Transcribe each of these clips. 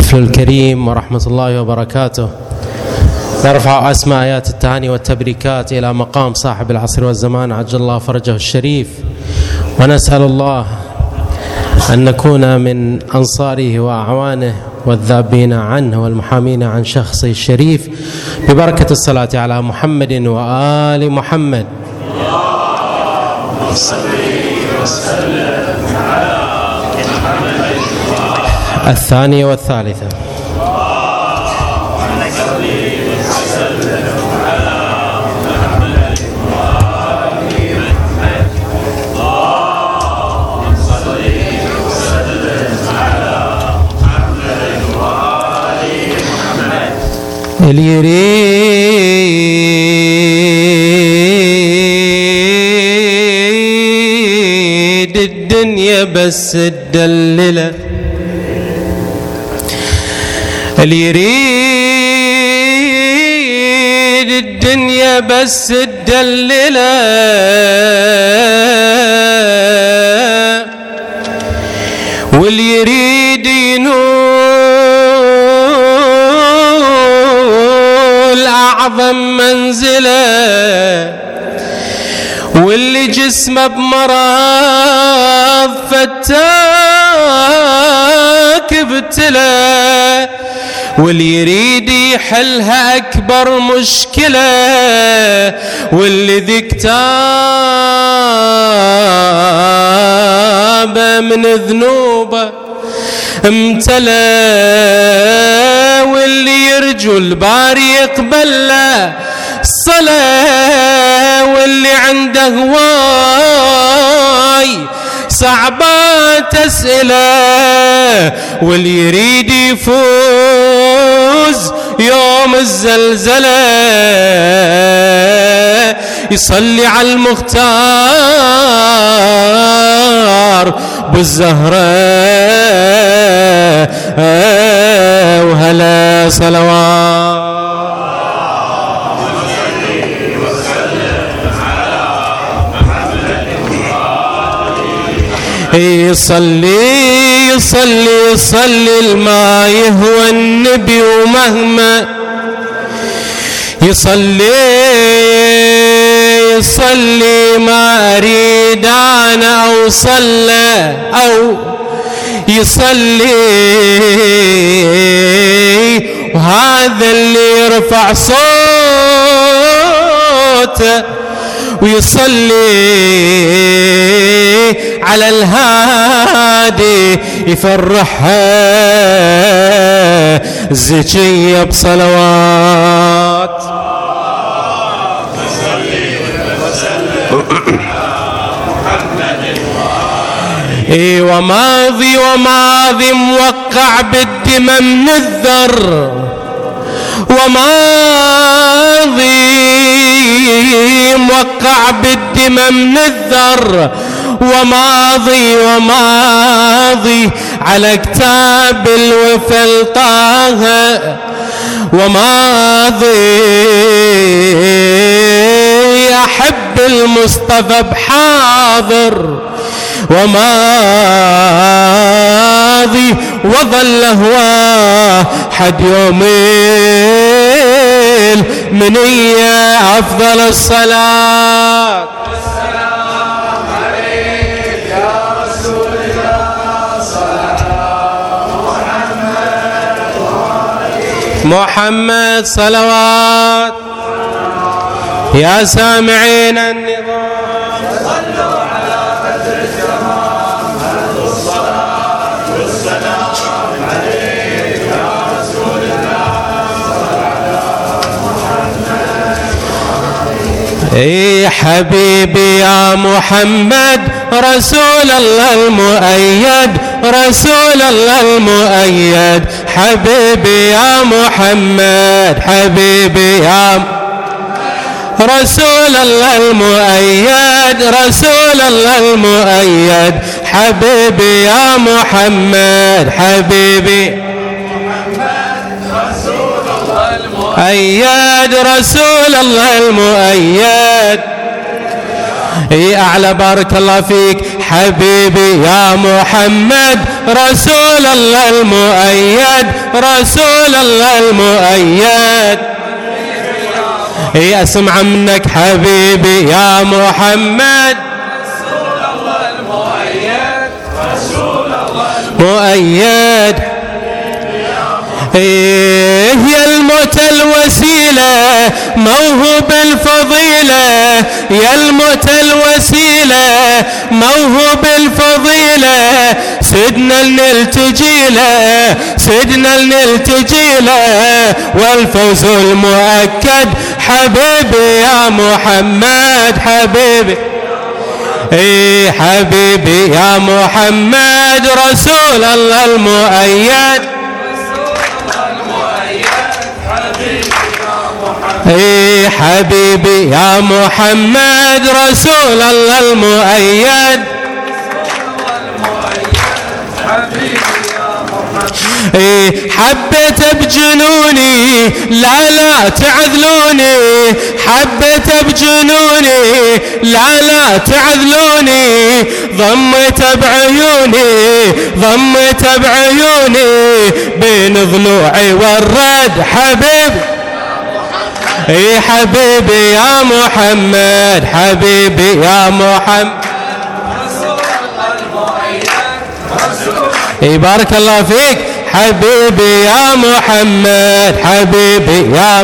الطفل الكريم ورحمة الله وبركاته. نرفع أسماء آيات التهاني والتبريكات إلى مقام صاحب العصر والزمان عجل الله فرجه الشريف، ونسأل الله أن نكون من أنصاره وأعوانه والذابين عنه والمحامين عن شخصه الشريف ببركة الصلاة على محمد وآل محمد. اللهم صل وسلم على محمد. الثانية والثالثة. اللي يريد الدنيا بس تدلله، اللي يريد الدنيا بس تدلله، واللي يريد ينول أعظم منزله، واللي جسمه بمرض فتاك ابتلى، واللي يريد يحلها أكبر مشكلة، واللي ذي كتابه من ذنوبه امتلى، واللي يرجو الباري يقبل له الصلاة، واللي عنده هواي صعبات أسئلة، واللي يريد يفوز يوم الزلزلة يصلي على المختار بالزهرة وهلا صلوات. يصلي يصلي يصلي الما يهوى النبي، ومهما يصلي يصلي ما أريد أنا أوصل له، أو يصلي وهذا اللي يرفع صوته ويصلي على الهادي يفرحها الزكية بصلوات. وماضي وماضي موقع بالدمى من الذر، وماضي موقع بالدمى من الذر، وماضي وماضي على كتاب الوفا طه، وماضي أحب المصطفى بحاضر، وماضي وظل هواه حد يومين منية أفضل الصلاة. السلام عليك يا رسول الله، صلاة محمد صلوات. يا سامعين النظام صلوا على قدر التمام، الصلاة والسلام عليك يا رسول الله، محمد. اي حبيبي يا محمد رسول الله المؤيد، رسول الله المؤيد، حبيبي يا محمد، حبيبي يا رسول الله المؤيد، رسول الله المؤيد، حبيبي يا محمد، حبيبي رسول الله المؤيد، رسول الله المؤيد. اي اعلى بارك الله فيك حبيبي يا محمد رسول الله المؤيد رسول الله المؤيد. اسمع منك حبيبي يا محمد رسول الله المؤيد رسول الله المؤيد. يا الموت الوسيلة موهوب الفضيلة يا الموت الوسيلة موهوب الفضيلة سيدنا نلتجيله سيدنا نلتجيله والفوز المؤكد حبيبي يا محمد حبيبي حبيبي يا محمد رسول الله المؤيد حبيبي يا محمد رسول الله المؤيد. حبيت بجنوني لا لا تعذلوني حبيت بجنوني لا لا تعذلوني ضمت بعيوني ضمت بعيوني بين ضلوعي والرد حبيبي حبيبي يا محمد حبيبي يا محمد بارك الله فيك حبيبي يا محمد حبيبي يا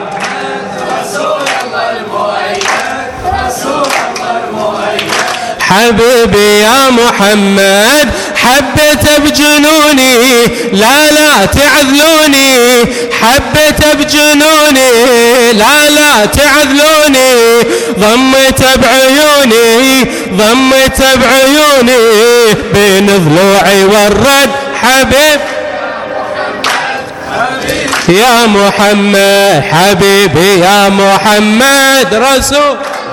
حبيبي يا محمد حبيت بجنوني لا لا تعذلوني حبيت بجنوني لا لا تعذلوني ضمت بعيوني ضمت بعيوني بين ضلوعي والرد حبيب يا محمد حبيبي يا محمد رسول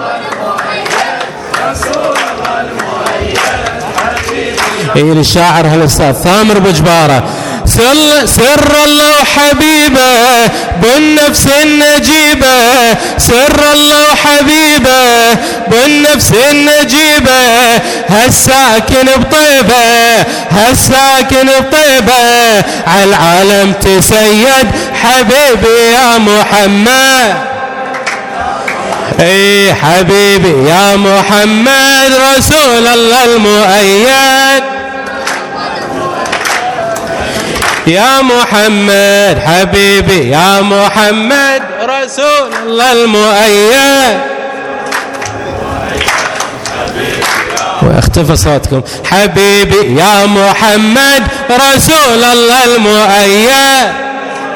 الشاعر هالاستاذ ثامر بجباره سر الله وحبيبه بالنفس النجيبه سر الله وحبيبه بالنفس النجيبه هالساكن بطيبه هالساكن بطيبه على العالم تسيد حبيبي يا محمد حبيبي يا محمد رسول الله المؤيد يا محمد حبيبي يا محمد رسول الله المؤيد. واختفى صوتكم حبيبي يا محمد رسول الله المؤيد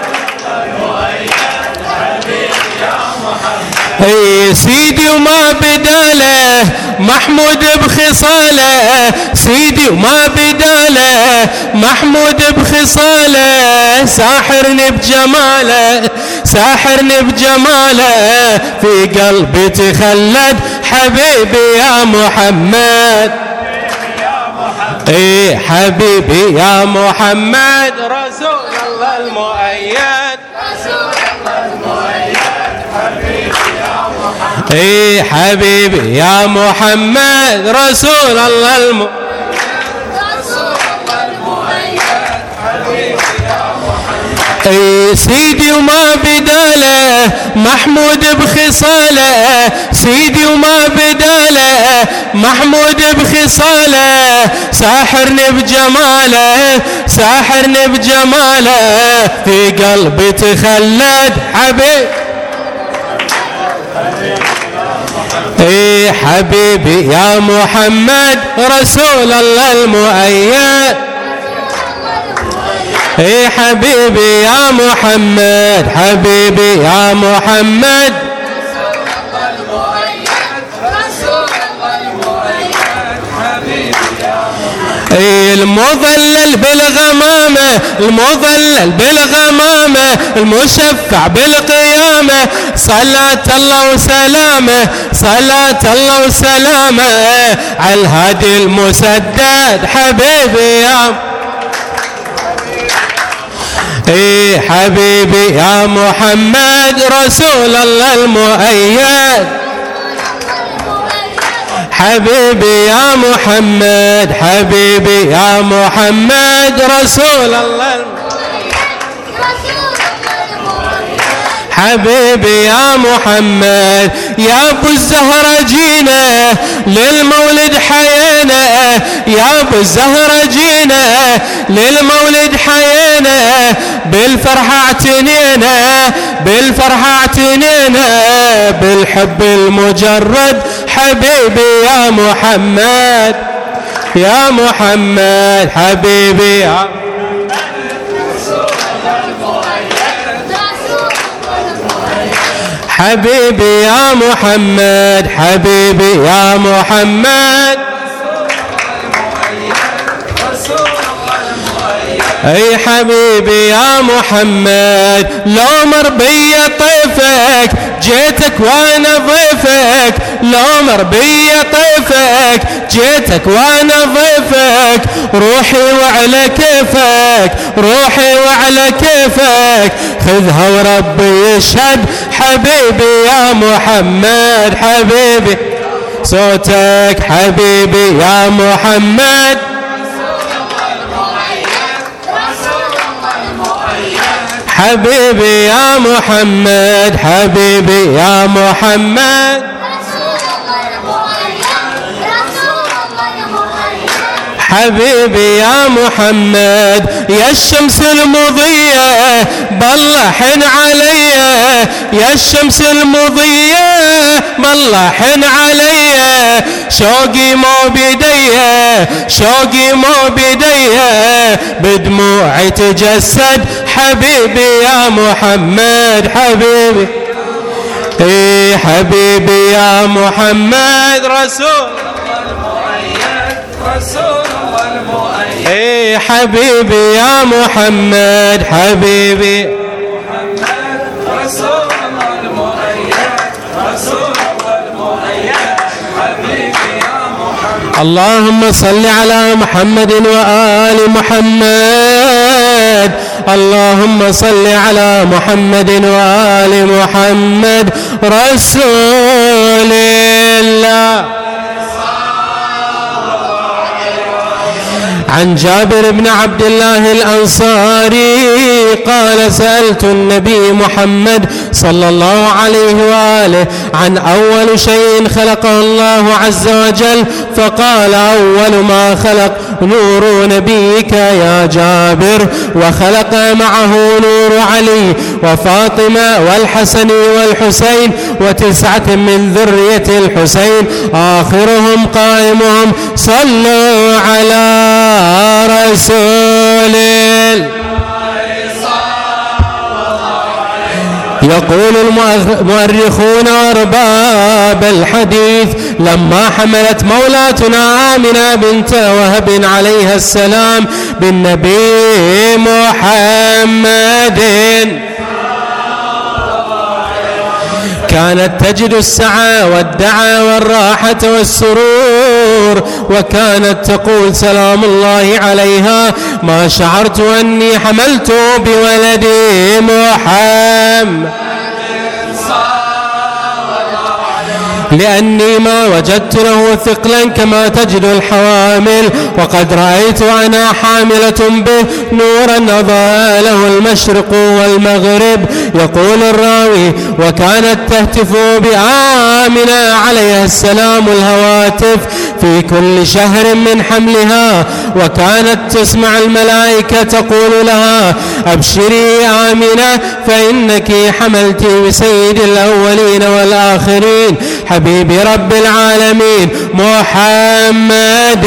سيدي وما بداله محمود بخصاله سيدي وما بداله محمود بخصاله ساحرني بجماله ساحرني بجماله في قلبي تخلد حبيبي يا محمد حبيبي يا محمد رسول الله المؤيد حبيبي يا محمد رسول الله المؤيد سيدي وما بداله محمود بخصاله سيدي وما بداله محمود بخصاله ساحرني بجماله ساحرني بجماله في قلبي تخلد حبيبي حبيبي يا محمد رسول الله المؤيد حبيبي يا محمد حبيبي يا محمد المظلل بالغمامة المظلل بالغمامة المشفع بالقيامة صلاة الله وسلامه صلاة الله وسلامه على الهادي المسدد حبيبي يا حبيبي يا محمد رسول الله المؤيد حبيبي يا محمد حبيبي يا محمد رسول الله حبيبي يا محمد يا ابو الزهرة جينا للمولد حيينا يا ابو الزهرة جينا للمولد حيينا بالفرحة اعتنينا بالفرحة اعتنينا بالحب المجرد حبيبي يا محمد يا محمد حبيبي يا حبيبي يا محمد حبيبي يا محمد اي حبيبي يا محمد لو مر بي طيفك جيتك وانا ضيفك لو مر بي طيفك جيتك وانا ضيفك روحي وعلى كيفك روحي وعلى كيفك خذها وربي يشهد حبيبي يا محمد حبيبي صوتك حبيبي يا محمد حبيبي يا محمد حبيبي يا محمد حبيبي يا محمد يا الشمس المضية بالله حن علي يا الشمس المضية بالله حن علي شوقي مو بيدي شوقي مو بيدي بدموعي تجسد حبيبي يا محمد حبيبي اي حبيبي يا محمد رسول اي حبيبي يا محمد حبيبي محمد رسول الله المؤيد رسول الله المؤيد حبيبي يا محمد اللهم صل على محمد وآل محمد اللهم صل على محمد وآل محمد رسول الله. عن جابر بن عبد الله الأنصاري قال سألت النبي محمد صلى الله عليه وآله عن أول شيء خلقه الله عز وجل فقال أول ما خلق نور نبيك يا جابر وخلق معه نور علي وفاطمة والحسن والحسين 9 من ذرية الحسين آخرهم قائمهم صلوا على رسول الله. يقول المؤرخون وأرباب الحديث لما حملت مولاتنا آمنة بنت وهب عليها السلام بالنبي محمد كانت تجد السعة والدعى والراحة والسرور وكانت تقول سلام الله عليها ما شعرت أني حملت بولدي محمد لأني ما وجدت له ثقلا كما تجد الحوامل وقد رأيت أنا حاملة به نورا أضاء له المشرق والمغرب. يقول الراوي وكانت تهتف بآمنة عليها السلام الهواتف في كل شهر من حملها وكانت تسمع الملائكة تقول لها أبشري آمنة فإنك حملت بسيد الأولين والآخرين حبيب رب العالمين محمد.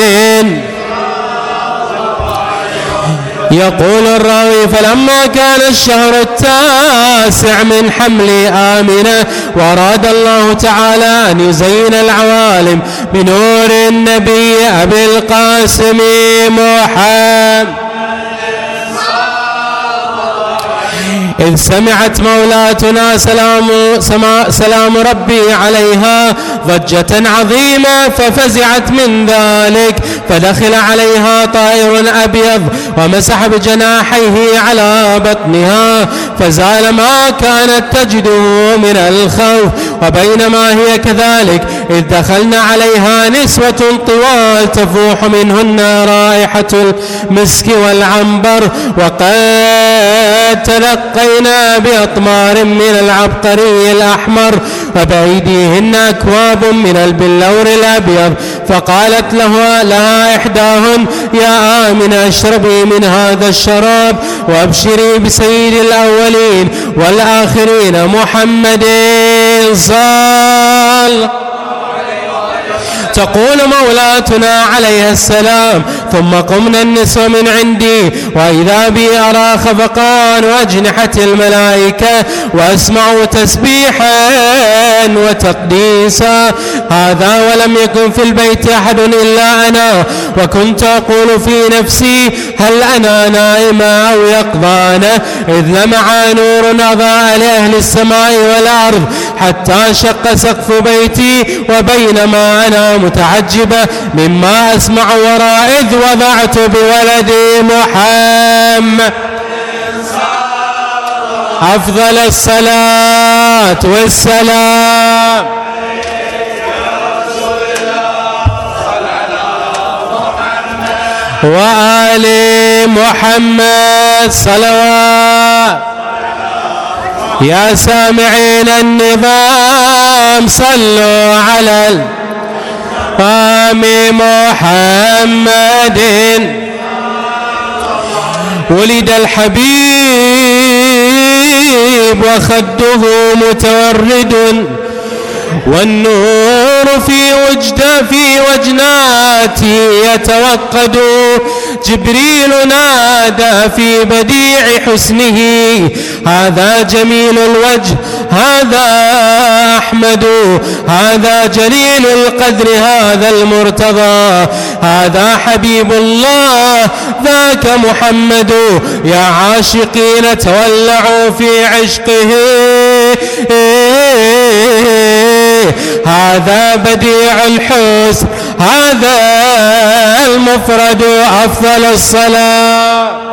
يقول الراوي فلما كان الشهر 9 من حمل آمنة وأراد الله تعالى أن يزين العوالم بنور النبي أبي القاسم محمد إذ سمعت مولاتنا سلام ربي عليها ضجة عظيمة ففزعت من ذلك، فدخل عليها طائر أبيض ومسح بجناحيه على بطنها فزال ما كانت تجده من الخوف. وبينما هي كذلك إذ دخلنا عليها نسوة طوال تفوح منهن رائحة المسك والعنبر، وقد تلقينا بأطمار من العبقري الأحمر وبأيديهن أكواب من البلور الأبيض. فقالت لها إحداهن يا آمنة اشربي من هذا الشراب وابشري بسيد الأولين والآخرين محمد صلى. تقول مولاتنا عليها السلام ثم قمنا النسوة من عندي وإذا بي أرى خفقان وأجنحة الملائكة وأسمع تسبيحا وتقديسا. هذا ولم يكن في البيت أحد إلا أنا، وكنت أقول في نفسي هل أنا نائمة أو يقظانة، إذ لمع نور أضاء لأهل السماء والأرض حتى شق سقف بيتي، وبينما أنا متعجبة مما أسمع وراء إذ وضعت بولدي محمد أفضل الصلاة والسلام وآل محمد صلوات. يا سامعين النظام صلوا على الإمام محمد. ولد الحبيب وخده متورد والنور في وجناتي يتوقد. جبريل نادى في بديع حسنه هذا جميل الوجه هذا أحمد، هذا جليل القدر هذا المرتضى، هذا حبيب الله ذاك محمد. يا عاشقين تولعوا في عشقه هذا بديع الحسن هذا المفرد أفضل الصلاة